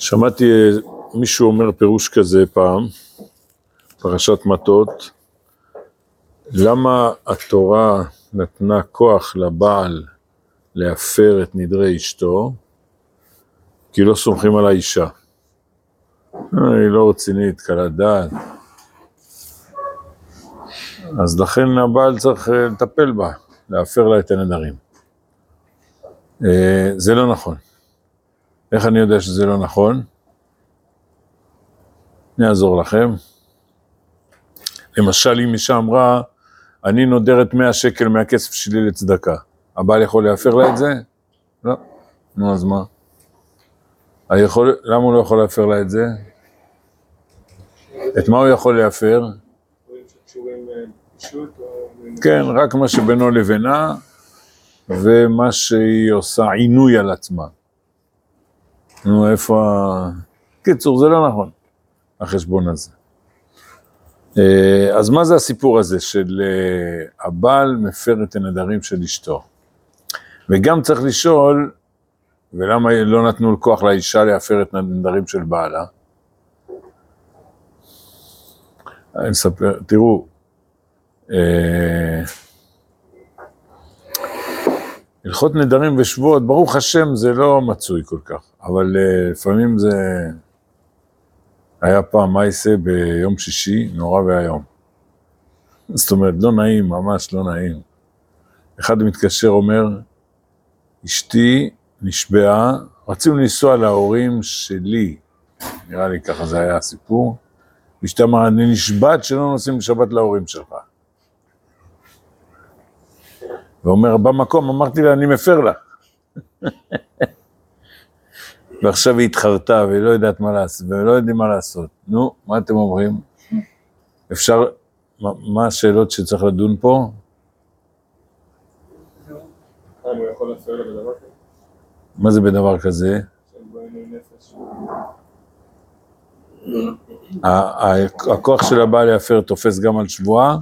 שמעתי מישהו אומר פירוש כזה פעם, פרשת מטות, למה התורה נתנה כוח לבעל להפר את נדרי אשתו? כי לא סומכים על האישה. היא לא רצינית, קלת דעת. אז לכן הבעל צריך לטפל בה, להפר לה את הנדרים. זה לא נכון. איך אני יודע שזה לא נכון? אני אעזור לכם. למשל, אם אישה אמרה, אני נודרת 100 שקל מהכסף שלי לצדקה. הבעל יכול להפר לה את זה? לא. נו, אז מה? למה הוא לא יכול להפר לה את זה? את מה הוא יכול להפר? כן, רק מה שבינו לבינה, ומה שהיא עושה עינוי על עצמה. נו, איפה קיצור, זה לא נכון, החשבון הזה. אז מה זה הסיפור הזה של הבעל מפר את הנדרים של אשתו? וגם צריך לשאול, ולמה לא נתנו כוח לאישה להפר את הנדרים של בעלה? אני אספר, תראו, הלכות נדרים ושבועות, ברוך השם זה לא מצוי כל כך, אבל לפעמים זה היה פעם מייסה ביום שישי, נורא והיום. זאת אומרת, לא נעים, ממש לא נעים. אחד מתקשר אומר, אשתי נשבעה, רצינו לנסוע להורים שלי, נראה לי ככה זה היה הסיפור, ואשתי אמרה, אני נשבעת שלא נוסעים לשבת להורים שלך. ואומר, במקום, אמרתי לה, אני מפר לה. ועכשיו היא התחרתה, והיא לא יודעת מה לעשות, ולא יודעים מה לעשות. נו, מה אתם אומרים? אפשר, מה השאלות שצריך לדון פה? הוא יכול להפר לה בדבר כזה? מה זה בדבר כזה? הכוח של הבעל להפר תופס גם על שבועה?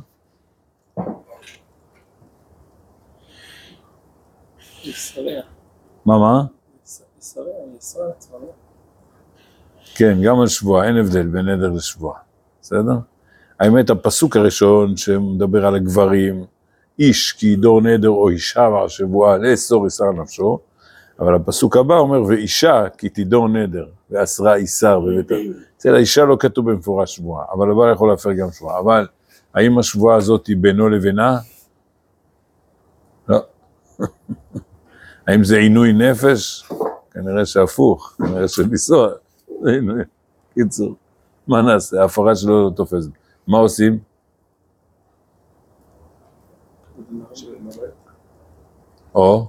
מה? ישראל עצמה. כן, גם על שבועה, אין הבדל בין נדר לשבועה, בסדר? האמת, הפסוק הראשון שמדבר על הגברים, איש כי ידור נדר או אישה שבועה לאסור איסר נפשו, אבל הפסוק הבא אומר, ואישה כי תדור נדר, ואסרה איסר בביתה. אצל האישה לא כתוב במפורש שבועה, אבל הבעל יכול להפר גם שבועה. אבל האם השבועה הזאת היא בינו לבינה? לא. האם זה עינוי נפש? כנראה שהפוך, כנראה שניסוע. קיצור, מה נעשה? ההפרה שלו לא תופסת. מה עושים? או?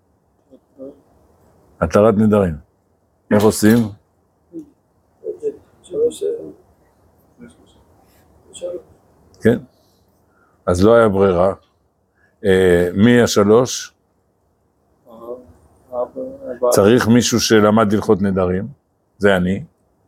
התרת נדרים. איך עושים? כן. אז לא היה ברירה. מי השלוש? צריך מישהו שלמד הלכות נדרים, זה אני.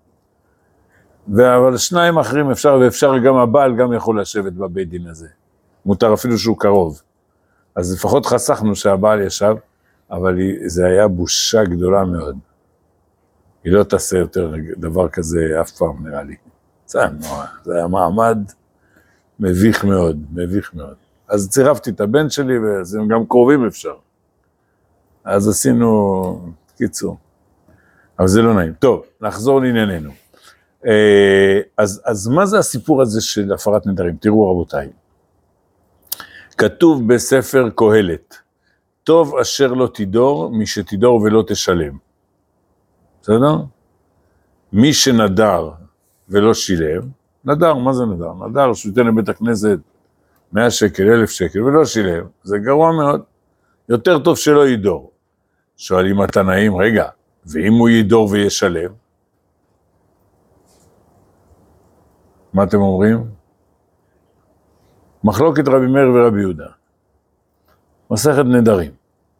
אבל שניים אחרים אפשר, ואפשר גם הבעל גם יכול לשבת בבית דין הזה. מותר אפילו שהוא קרוב. אז לפחות חסכנו שהבעל ישב, אבל זה היה בושה גדולה מאוד. היא לא תעשה יותר דבר כזה אף פעם נראה לי. זה היה מעמד מביך מאוד, מביך מאוד. אז צירפתי את הבן שלי, וזה גם קרובים אפשר. אז עשינו קיצור. אבל זה לא נעים. טוב, נחזור לענייננו. אז מה זה הסיפור הזה של הפרת נדרים? תראו רבותיי. כתוב בספר קהלת, טוב אשר לא תדור, מי שתדור ולא תשלם. בסדר? מי שנדר ולא שילם, נדר, מה זה נדר? נדר שהוא ייתן לבית הכנסת 100 שקל, 1,000 שקל ולא שילם, זה גרוע מאוד. יותר טוב שלא ידור. שואלים התנאים, רגע, ואם הוא ידור וישלם? מה אתם אומרים? מחלוקת רבי מאיר ורבי יהודה. מסכת נדרים.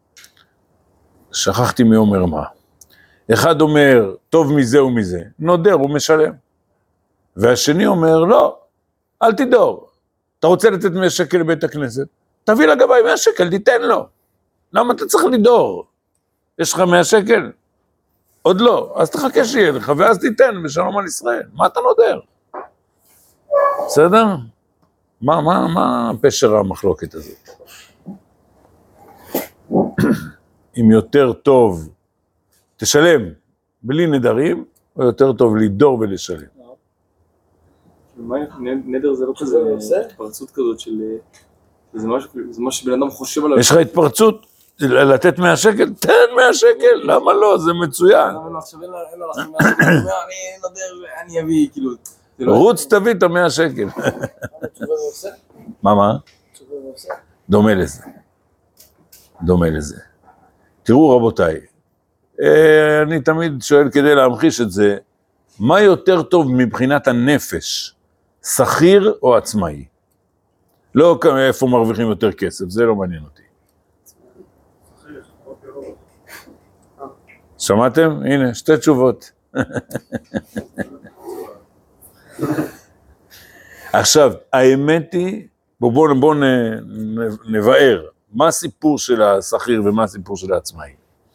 שכחתי מי אומר מה. אחד אומר, טוב מזה ומזה, נודר הוא משלם. והשני אומר, לא, אל תדור. אתה רוצה לתת 100 שקל לבית הכנסת? תביא לגבי 100 שקל, תיתן לו. למה אתה צריך לדור? יש לך 100 שקל? עוד לא, אז תחכה שיהיה לך, ואז תיתן בשלום על ישראל. מה אתה נודר? בסדר? מה פשר המחלוקת הזאת? אם יותר טוב תשלם בלי נדרים, או יותר טוב לדור ולשלם. נדר זה לא כזה התפרצות כזאת של... זה משהו שבן אדם חושב עליו. יש לך התפרצות? לתת 100 שקל? תן 100 שקל, למה לא? זה מצוין. עכשיו אין לו לכם 100 שקל, אני נדר ואני אביא, כאילו... רוץ תביא את 100 שקל. מה? דומה לזה. דומה לזה. תראו רבותיי, אני תמיד שואל כדי להמחיש את זה, מה יותר טוב מבחינת הנפש, שכיר או עצמאי? לא איפה מרוויחים יותר כסף, זה לא מעניין אותי. שמעתם? הנה, שתי תשובות. עכשיו, האמת היא, בואו נבאר, מה הסיפור של השכיר ומה הסיפור של העצמאי.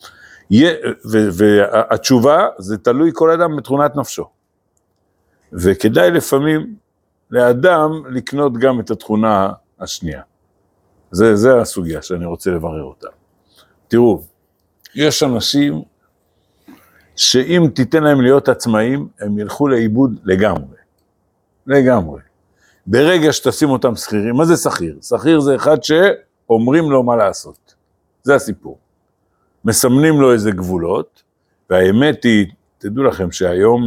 והתשובה, זה תלוי כל אדם בתכונת נפשו. וכדאי לפעמים לאדם לקנות גם את התכונה השנייה. זה הסוגיה שאני רוצה לברר אותה. תראו, יש אנשים שאם תיתן להם להיות עצמאים, הם ילכו לאיבוד לגמרי. לגמרי. ברגע שתשים אותם שכירים, מה זה שכיר? שכיר זה אחד שאומרים לו מה לעשות. זה הסיפור. מסמנים לו איזה גבולות, והאמת היא, תדעו לכם שהיום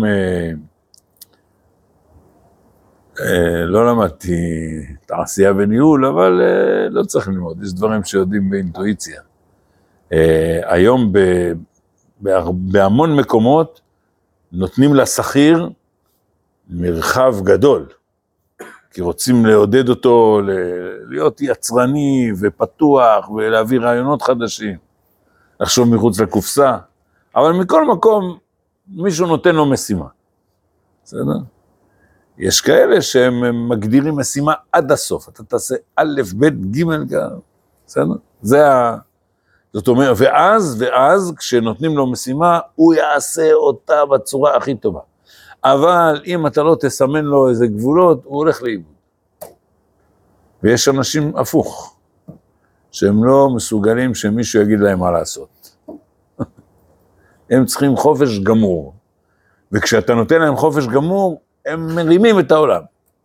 לא למדתי תעשייה וניהול, אבל לא צריך ללמוד, יש דברים שיודעים באינטואיציה. היום בהמון מקומות נותנים לשכיר מרחב גדול, כי רוצים לעודד אותו להיות יצרני ופתוח ולהביא רעיונות חדשים, לחשוב מחוץ לקופסה, אבל מכל מקום מישהו נותן לו משימה, בסדר? יש כאלה שהם מגדירים משימה עד הסוף, אתה תעשה א', ב', ג', בסדר? זאת אומרת, ואז כשנותנים לו משימה, הוא יעשה אותה בצורה הכי טובה. אבל אם אתה לא תסמן לו איזה גבולות, הוא הולך לאיבוד. ויש אנשים הפוך, שהם לא מסוגלים שמישהו יגיד להם מה לעשות. הם צריכים חופש גמור. וכשאתה נותן להם חופש גמור, הם מרימים את העולם.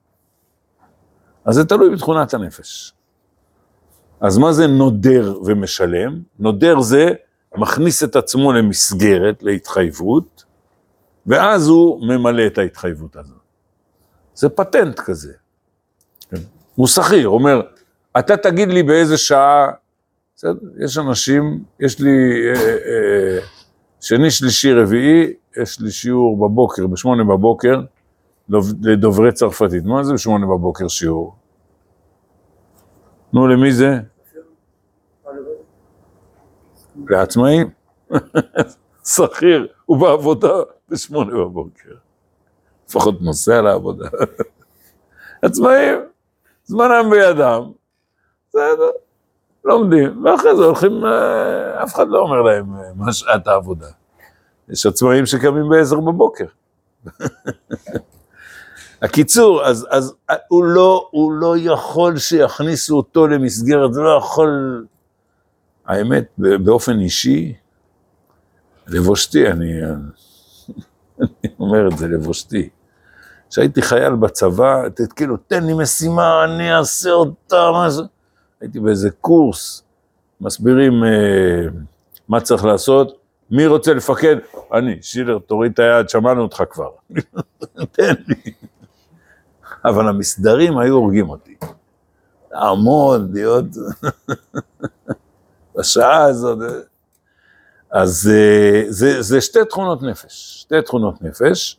אז זה תלוי בתכונת הנפש. אז מה זה נודר ומשלם? נודר זה מכניס את עצמו למסגרת, להתחייבות, ואז הוא ממלא את ההתחייבות הזאת. זה פטנט כזה. הוא שכיר, אומר, אתה תגיד לי באיזה שעה, יש אנשים, יש לי שני, שלישי, רביעי, יש לי שיעור בבוקר, ב8 בבוקר, לדוברי צרפתית. מה זה ב8 בבוקר שיעור? נו, למי זה? לעצמאים. שכיר, הוא בעבודה ב8 בבוקר. לפחות נוסע לעבודה. עצמאים, זמנם בידם, בסדר, לומדים, ואחרי זה הולכים, אף אחד לא אומר להם מה שעת העבודה. יש עצמאים שקמים ב10 בבוקר. הקיצור, אז הוא לא יכול שיכניסו אותו למסגרת, זה לא יכול, האמת, באופן אישי, לבושתי, אני אומר את זה לבושתי, שהייתי חייל בצבא, כאילו, תן לי משימה, אני אעשה אותה, מה זה? הייתי באיזה קורס, מסבירים מה צריך לעשות, מי רוצה לפקד? אני, שילר, תוריד את היד, שמענו אותך כבר. תן לי. אבל המסדרים היו הורגים אותי. לעמוד, להיות בשעה הזאת. אז זה שתי תכונות נפש,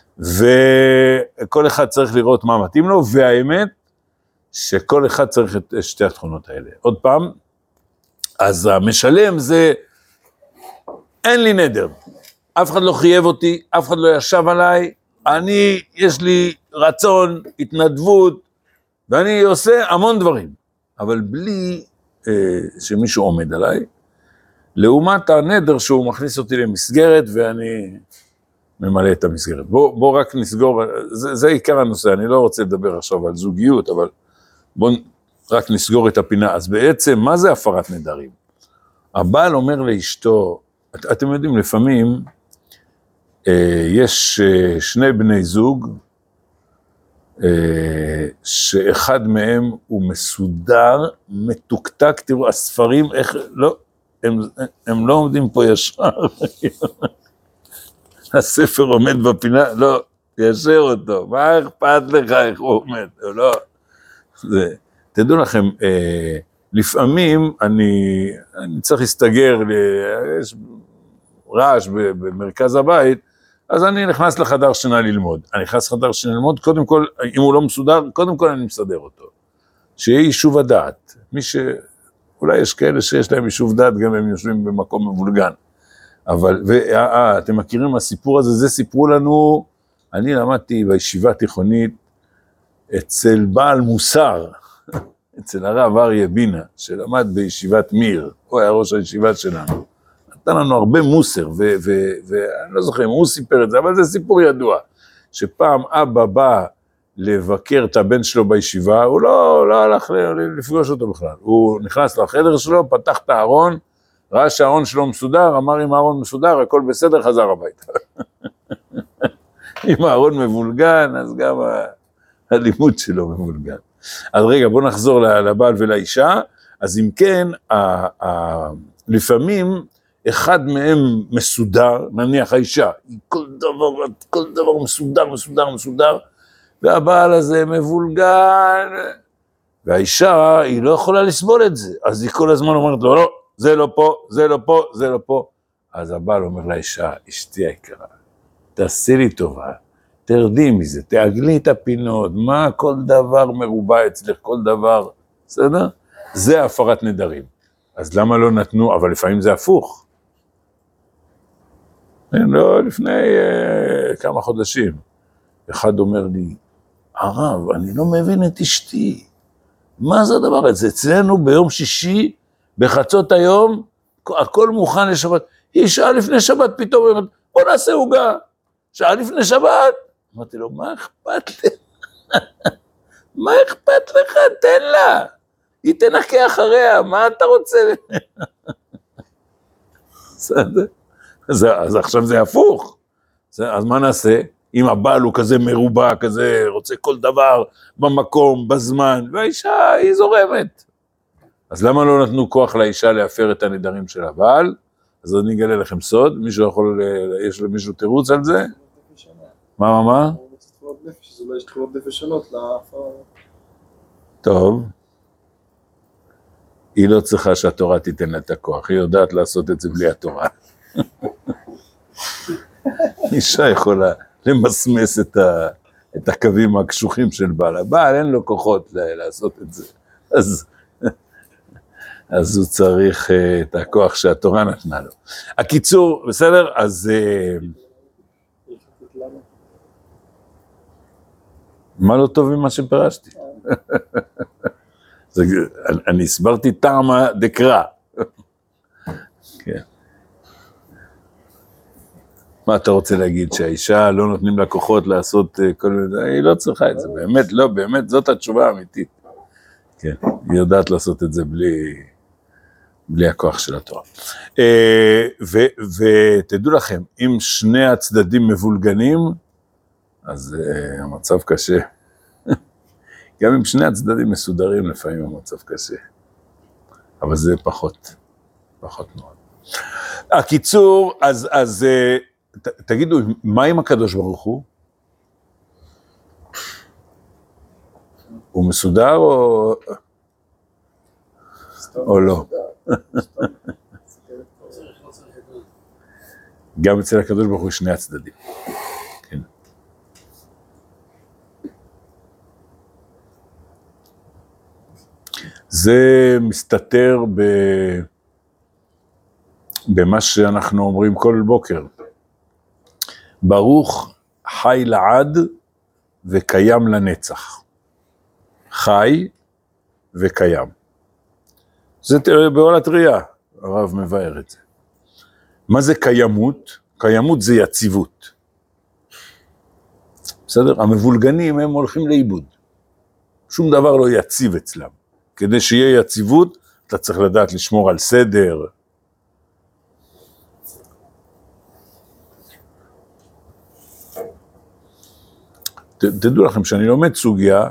וכל אחד צריך לראות מה מתאים לו, והאמת שכל אחד צריך את שתי התכונות האלה. עוד פעם, אז המשלם זה, אין לי נדר, אף אחד לא חייב אותי, אף אחד לא ישב עליי, יש לי רצון, התנדבות, ואני עושה המון דברים, אבל בלי שמישהו עומד עליי, לעומת הנדר שהוא מכניס אותי למסגרת ואני ממלא את המסגרת. בוא רק נסגור, זה עיקר הנושא, אני לא רוצה לדבר עכשיו על זוגיות, אבל בוא רק נסגור את הפינה. אז בעצם, מה זה הפרת נדרים? הבעל אומר לאשתו, אתם יודעים, לפעמים יש שני בני זוג, שאחד מהם הוא מסודר, מתוקתק, תראו, הספרים, איך, לא, הם לא עומדים פה ישר, הספר עומד בפינה, לא, תיישר אותו, מה אכפת לך איך הוא עומד, לא, זה, תדעו לכם, לפעמים אני צריך להסתגר, יש רעש במרכז הבית, אז אני נכנס לחדר שינה ללמוד. אני נכנס לחדר שינה ללמוד, קודם כל, אם הוא לא מסודר, קודם כל אני מסדר אותו. שיהיה יישוב הדעת. אולי יש כאלה שיש להם יישוב דעת, גם הם יושבים במקום מבולגן. אבל, אתם מכירים הסיפור הזה, זה סיפרו לנו, אני למדתי בישיבה תיכונית, אצל בעל מוסר, אצל הרב אריה בינה, שלמד בישיבת מיר, הוא היה ראש הישיבה שלנו. נתן לנו הרבה מוסר, ואני לא זוכר אם הוא סיפר את זה, אבל זה סיפור ידוע, שפעם אבא בא לבקר את הבן שלו בישיבה, הוא לא הלך לפגוש אותו בכלל, הוא נכנס לחדר שלו, פתח את הארון, ראה שהארון שלו מסודר, אמר אם הארון מסודר, הכל בסדר, חזר הביתה. אם הארון מבולגן, אז גם הלימוד שלו מבולגן. אז רגע, בואו נחזור לבעל ולאישה, אז אם כן, לפעמים, אחד מהם מסודר, נניח האישה, כל דבר מסודר, והבעל הזה מבולגן, והאישה היא לא יכולה לסבול את זה, אז היא כל הזמן אומרת לו, לא, זה לא פה, זה לא פה, זה לא פה, אז הבעל אומר לאישה, אשתי היקרה, תעשי לי טובה, תרדי מזה, תעגלי את הפינות, מה כל דבר מרובע אצלך, כל דבר, בסדר? זה הפרת נדרים. אז למה לא נתנו, אבל לפעמים זה הפוך. לא, לפני כמה חודשים, אחד אומר לי, הרב, אני לא מבין את אשתי, מה זה הדבר הזה? אצלנו ביום שישי, בחצות היום, הכל מוכן לשבת, היא שעה לפני שבת פתאום אומרת, בוא נעשה הוגה, שעה לפני שבת, אמרתי לו, מה אכפת לך? מה אכפת לך? תן לה, היא תנקה אחריה, מה אתה רוצה? אז עכשיו זה הפוך, אז מה נעשה? אם הבעל הוא כזה מרובע, כזה רוצה כל דבר במקום, בזמן, והאישה היא זורמת. אז למה לא נתנו כוח לאישה להפר את הנדרים של הבעל? אז אני אגלה לכם סוד, מישהו יכול, יש למישהו תירוץ על זה? מה? זה לא יש תכונות נפש שונות להפרה. טוב. היא לא צריכה שהתורה תיתן לה את הכוח, היא יודעת לעשות את זה בלי התורה. אישה יכולה למסמס את הקווים הקשוחים של בעל. הבעל אין לו כוחות לעשות את זה. אז הוא צריך את הכוח שהתורה נתנה לו. הקיצור, בסדר? אז מה לא טוב ממה שפרשתי? אני הסברתי טעמה דקרא. כן. מה אתה רוצה להגיד? שהאישה לא נותנים לה כוחות לעשות כל מיני, היא לא צריכה את זה, באמת לא, באמת זאת התשובה האמיתית. כן, היא יודעת לעשות את זה בלי הכוח של התורה. ותדעו לכם, אם שני הצדדים מבולגנים, אז המצב קשה. גם אם שני הצדדים מסודרים, לפעמים המצב קשה. אבל זה פחות מאוד. הקיצור, אז תגידו, מה עם הקדוש ברוך הוא? הוא מסודר או לא? גם אצל הקדוש ברוך הוא שני הצדדים. כן. זה מסתתר במה שאנחנו אומרים כל בוקר. ברוך חי לעד וקיים לנצח. חי וקיים. זה בעולת ראייה, הרב מבאר את זה. מה זה קיימות? קיימות זה יציבות. בסדר? המבולגנים הם הולכים לאיבוד. שום דבר לא יציב אצלם. כדי שיהיה יציבות, אתה צריך לדעת לשמור על סדר. תדעו לכם שאני לומד סוגיה,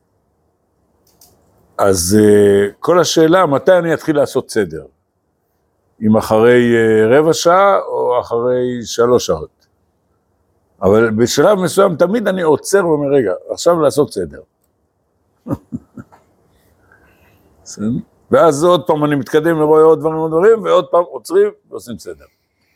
אז כל השאלה, מתי אני אתחיל לעשות סדר? אם אחרי רבע שעה או אחרי 3 שעות. אבל בשלב מסוים תמיד אני עוצר ואומר, רגע, עכשיו לעשות סדר. ואז עוד פעם אני מתקדם ורואה עוד דברים, ועוד פעם עוצרים ועושים סדר.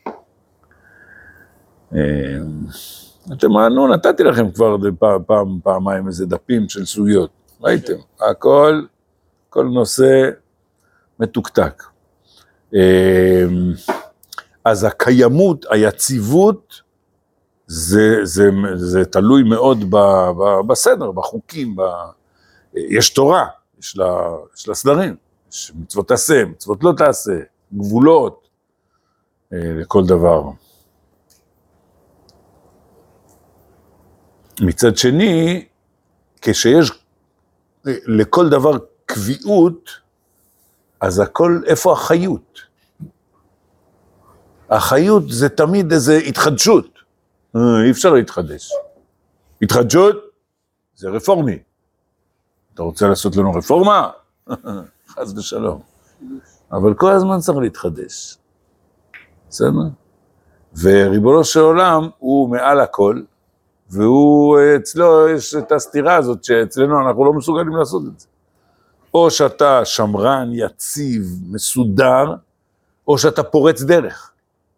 אתם מענו, נתתי לכם כבר פעמיים איזה דפים של סוגיות. ראיתם? כל נושא מתוקתק. אז הקיימות, היציבות, זה תלוי מאוד בסדר, בחוקים, יש תורה, יש לה סדרים, יש מצוות תעשה, מצוות לא תעשה, גבולות, לכל דבר. מצד שני, כשיש לכל דבר קביעות, אז הכל, איפה החיות? החיות זה תמיד איזו התחדשות. אי אפשר להתחדש. התחדשות זה רפורמי. אתה רוצה לעשות לנו רפורמה? חס ושלום. אבל כל הזמן צריך להתחדש. בסדר? וריבונו של עולם הוא מעל הכל, והוא אצלו יש את הסתירה הזאת שאצלנו אנחנו לא מסוגלים לעשות את זה. או שאתה שמרן, יציב, מסודר, או שאתה פורץ דרך.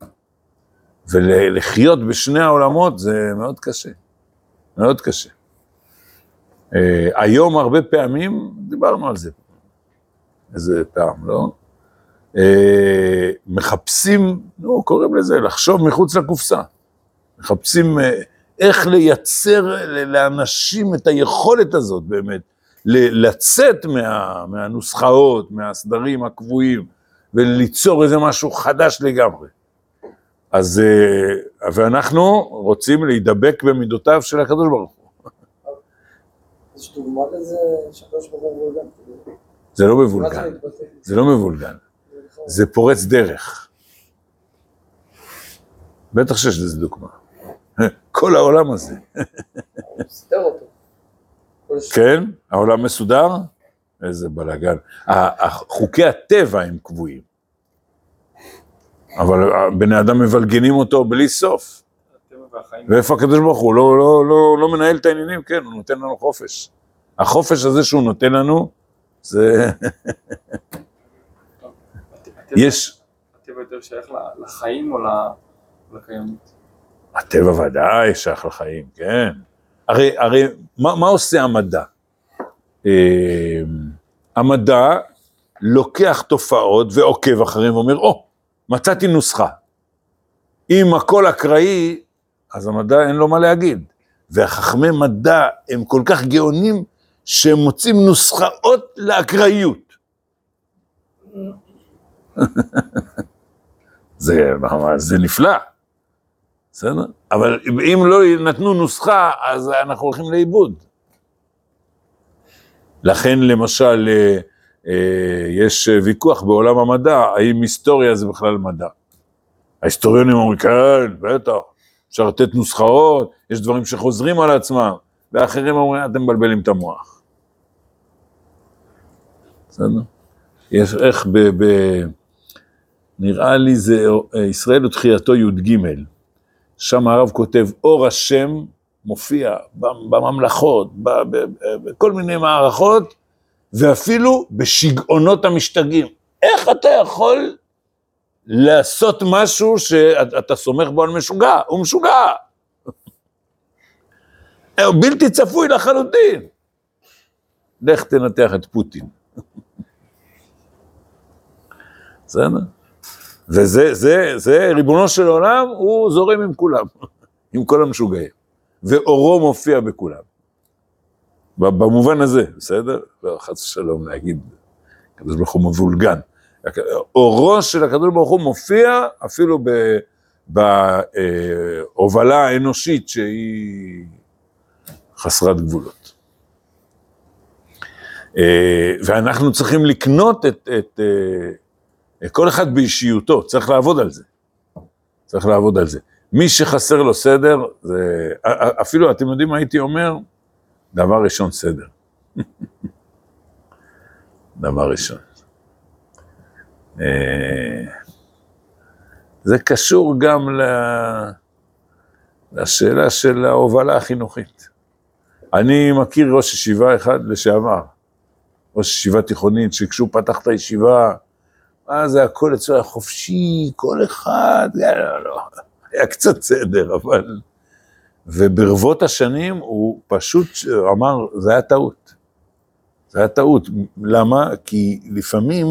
ולחיות בשני העולמות זה מאוד קשה. מאוד קשה. היום הרבה פעמים, דיברנו על זה. איזה פעם, לא? מחפשים, קוראים לזה, לחשוב מחוץ לקופסה. מחפשים איך לייצר לאנשים את היכולת הזאת באמת, לצאת מהנוסחאות, מהסדרים הקבועים, וליצור איזה משהו חדש לגמרי. אז, ואנחנו רוצים להידבק במידותיו של הקדוש ברוך הוא. יש דוגמה לזה שהקדוש ברוך הוא מבולגן? זה לא מבולגן, זה לא מבולגן, זה פורץ דרך. בטח שיש לזה דוגמה. כל העולם הזה. הוא מסתר אותו. כן, העולם מסודר? איזה בלגן. חוקי הטבע הם קבועים. אבל בני אדם מבלגנים אותו בלי סוף. ואיפה הקדוש ברוך הוא? לא מנהל את העניינים, כן, הוא נותן לנו חופש. החופש הזה שהוא נותן לנו, זה... יש... הטבע יותר שייך לחיים או לקיימות? הטבע ודאי שייך לחיים, כן. הרי מה עושה המדע? המדע לוקח תופעות ועוקב אחריהם ואומר, מצאתי נוסחה. אם הכל אקראי, אז המדע אין לו מה להגיד. והחכמי מדע הם כל כך גאונים, שהם מוצאים נוסחאות לאקראיות. זה נפלא. בסדר? אבל אם לא נתנו נוסחה, אז אנחנו הולכים לאיבוד. לכן למשל, יש ויכוח בעולם המדע, האם היסטוריה זה בכלל מדע. ההיסטוריונים אומרים, כן, בטח, אפשר לתת נוסחאות, יש דברים שחוזרים על עצמם, ואחרים אומרים, אתם מבלבלים את המוח. בסדר? יש איך נראה לי זה ישראל ותחייתו י"ג, שם הרב כותב, אור השם מופיע בממלכות, בכל מיני מערכות, ואפילו בשגעונות המשתגעים. איך אתה יכול לעשות משהו שאתה סומך בו על משוגע? הוא משוגע. הוא בלתי צפוי לחלוטין. לך תנתח את פוטין. בסדר? וזה ריבונו של עולם, הוא זורם עם כולם, עם כל המשוגעים. ואורו מופיע בכולם. במובן הזה, בסדר? לא, חס ושלום להגיד, הקדוש ברוך הוא מבולגן. אורו של הקדוש ברוך הוא מופיע אפילו בהובלה האנושית שהיא חסרת גבולות. ואנחנו צריכים לקנות את כל אחד באישיותו, צריך לעבוד על זה. צריך לעבוד על זה. מי שחסר לו סדר, אפילו אתם יודעים מה הייתי אומר? דבר ראשון סדר. דבר ראשון. זה קשור גם לשאלה של ההובלה החינוכית. אני מכיר ראש ישיבה אחד לשעבר, ראש ישיבה תיכונית, שכשהוא פתח את הישיבה, זה הכל אצלו חופשי, כל אחד, לא, היה קצת סדר, אבל... וברבות השנים הוא פשוט אמר, זה היה טעות. זה היה טעות. למה? כי לפעמים,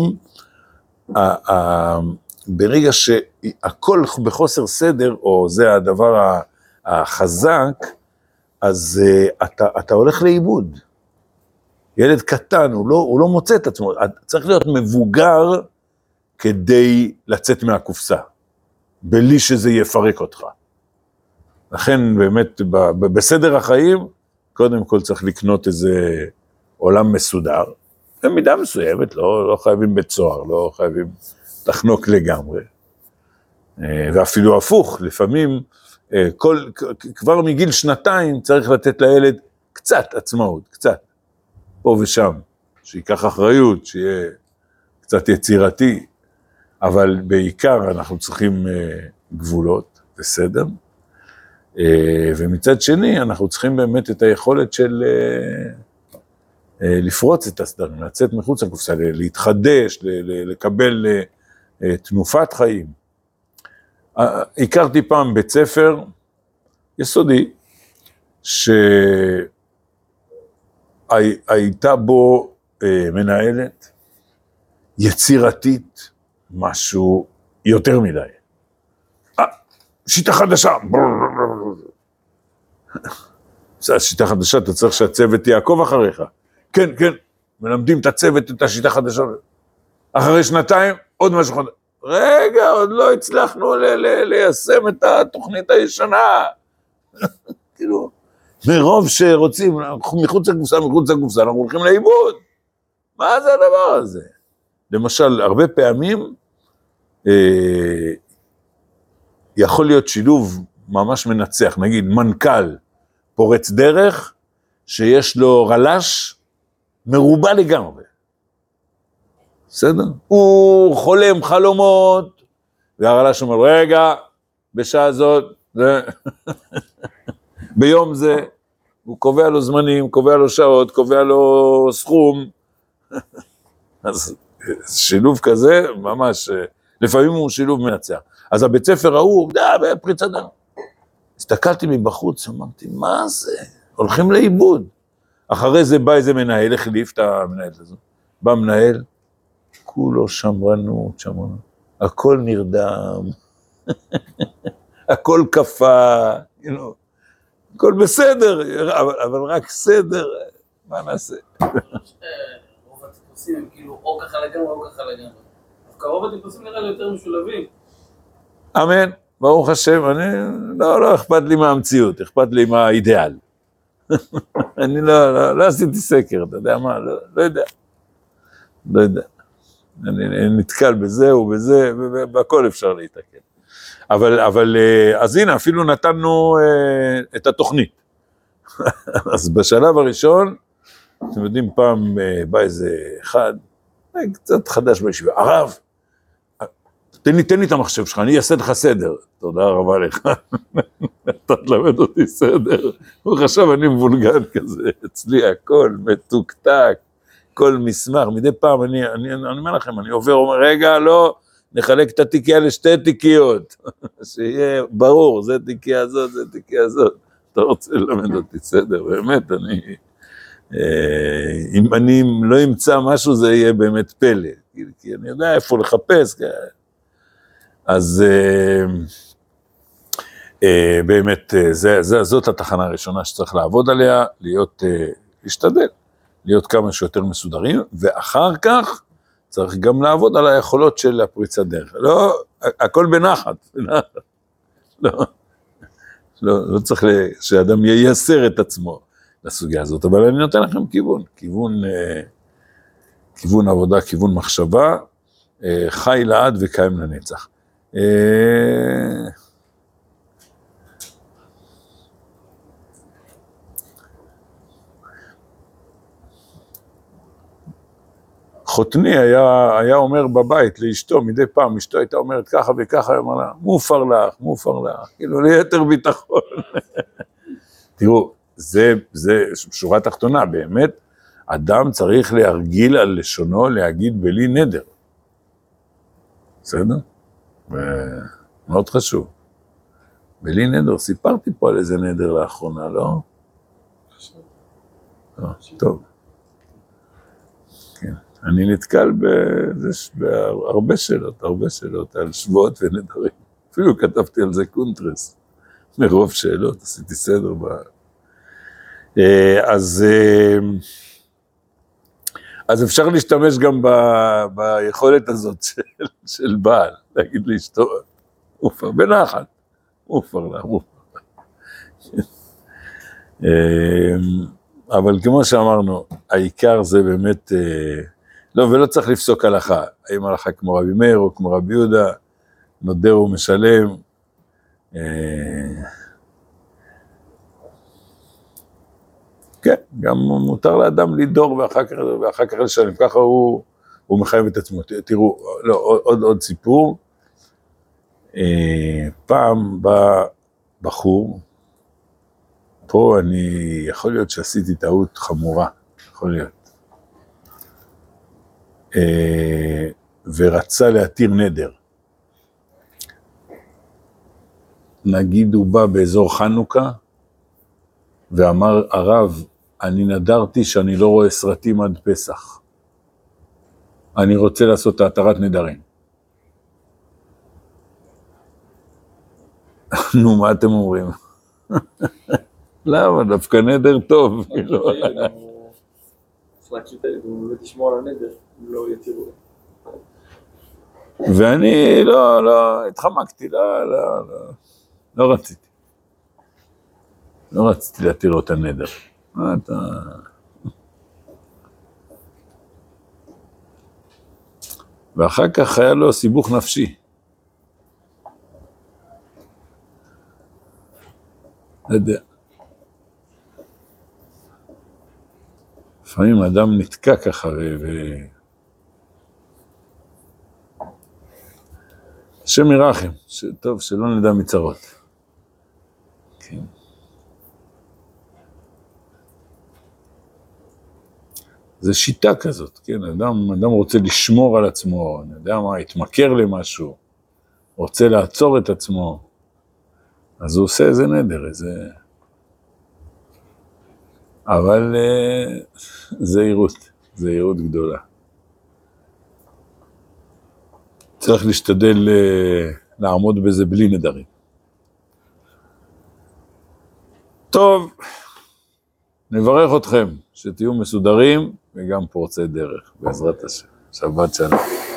ברגע שהכל בחוסר סדר, או זה הדבר החזק, אז אתה הולך לאיבוד. ילד קטן, הוא לא מוצא את עצמו. צריך להיות מבוגר כדי לצאת מהקופסה, בלי שזה יפרק אותך. לכן באמת בסדר החיים, קודם כל צריך לקנות איזה עולם מסודר, במידה מסוימת, לא חייבים בית סוהר, לא חייבים לחנוק לגמרי, ואפילו הפוך, לפעמים כבר מגיל 2 צריך לתת לילד קצת עצמאות, קצת, פה ושם, שיקח אחריות, שיהיה קצת יצירתי, אבל בעיקר אנחנו צריכים גבולות וסדר, ומצד שני אנחנו צריכים באמת את היכולת של לפרוץ את הסדרים, לצאת מחוץ לקופסה, להתחדש, לקבל תנופת חיים. הכרתי פעם בית ספר יסודי, שהייתה בו מנהלת יצירתית, משהו יותר מדי. שיטה חדשה. שיטה חדשה, אתה צריך שהצוות יעקוב אחריך. כן, כן, מלמדים את הצוות את השיטה חדשה. אחרי 2 עוד משהו חדש. רגע, עוד לא הצלחנו ליישם את התוכנית הישנה. כאילו, מרוב שרוצים, מחוץ לקופסה, אנחנו הולכים לאיבוד. מה זה הדבר הזה? למשל, הרבה פעמים, יכול להיות שילוב ממש מנצח, נגיד מנכ"ל פורץ דרך, שיש לו רלש מרובה לגמרי. בסדר? הוא חולם חלומות, והרלש אומר, רגע, בשעה זאת, ביום זה, הוא קובע לו זמנים, קובע לו שעות, קובע לו סכום, אז שילוב כזה, ממש, לפעמים הוא שילוב מנצח. אז הבית ספר ההוא, בפריצת דרך. הסתכלתי מבחוץ, אמרתי, מה זה? הולכים לאיבוד. אחרי זה בא איזה מנהל, החליף את המנהלת הזו. בא מנהל, כולו שמרנות, הכל נרדם, הכל קפה, הכל בסדר, אבל רק סדר, מה נעשה? רוב הטיפוסים הם כאילו או ככה לגמרי או ככה לגמרי. דווקא רוב הטיפוסים נראה לי יותר משולבים. אמן, ברוך השם, אני לא אכפת לי מהמציאות, אכפת לי מהאידיאל. אני לא עשיתי סקר, אתה יודע מה, לא יודע. אני נתקל בזה ובזה, והכל אפשר להתקל. אבל, אז הנה, אפילו נתנו את התוכנית. אז בשלב הראשון, אתם יודעים, פעם בא איזה אחד, קצת חדש בישיבה, הרב, תן לי את המחשב שלך, אני אעשה לך סדר. תודה רבה לך. אתה תלמד אותי סדר. הוא חשב, אני מבולגן כזה, אצלי הכל מתוקתק, כל מסמך. מדי פעם אני אומר לכם, אני עובר, אומר, רגע, לא, נחלק את התיקייה לשתי תיקיות. שיהיה ברור, זה תיקייה הזאת, זה תיקייה הזאת. אתה רוצה ללמד אותי סדר, באמת, אם אני לא אמצא משהו, זה יהיה באמת פלא. כי אני יודע איפה לחפש, אז באמת, זאת התחנה הראשונה שצריך לעבוד עליה, להשתדל, להיות כמה שיותר מסודרים, ואחר כך צריך גם לעבוד על היכולות של הפריצת דרך. לא, הכל בנחת, בנחת. לא צריך שאדם ייסר את עצמו לסוגיה הזאת, אבל אני נותן לכם כיוון עבודה, כיוון מחשבה, חי לעד וקיים לנצח. חותני היה אומר בבית לאשתו, מדי פעם אשתו הייתה אומרת ככה וככה, היא אמרה לה, מופר לך, כאילו ליתר ביטחון. תראו, זה שורה תחתונה, באמת, אדם צריך להרגיל על לשונו להגיד בלי נדר. בסדר? מאוד חשוב. בלי נדר, סיפרתי פה על איזה נדר לאחרונה, לא? טוב. כן. אני נתקל בהרבה שאלות על שבועות ונדרים. אפילו כתבתי על זה קונטרס. מרוב שאלות, עשיתי סדר אז אפשר להשתמש גם ביכולת הזאת של בעל, להגיד לאשתו, אופר, בנחת, אופר לה, אבל כמו שאמרנו, העיקר זה באמת, לא, ולא צריך לפסוק הלכה, האם הלכה כמו רבי מאיר או כמו רבי יהודה, נודר ומשלם, כן, גם מותר לאדם לדור ואחר כך לשלם, ככה הוא מחייב את עצמו. תראו, לא, עוד סיפור, פעם בא בחור, פה יכול להיות שעשיתי טעות חמורה, יכול להיות, ורצה להתיר נדר. נגיד הוא בא באזור חנוכה, ואמר הרב, אני נדרתי שאני לא רואה סרטים עד פסח. אני רוצה לעשות את התרת נדרים. נו, מה אתם אומרים? למה? דווקא נדר טוב. הוא תשמור על הנדר, לא יתירו. ואני לא, התחמקתי, לא רציתי. לא רציתי להתיר לו את הנדר. ואחר כך היה לו סיבוך נפשי. לא יודע. לפעמים אדם נתקע ככה השם ירחם, טוב, שלא נדע מצרות. כן. זה שיטה כזאת, כן? אדם רוצה לשמור על עצמו, אני יודע מה, התמכר למשהו, רוצה לעצור את עצמו, אז הוא עושה איזה נדר, אבל זהירות גדולה. צריך להשתדל לעמוד בזה בלי נדרים. טוב, נברך אתכם שתהיו מסודרים וגם פורצי דרך, בעזרת השם. שבת שלום.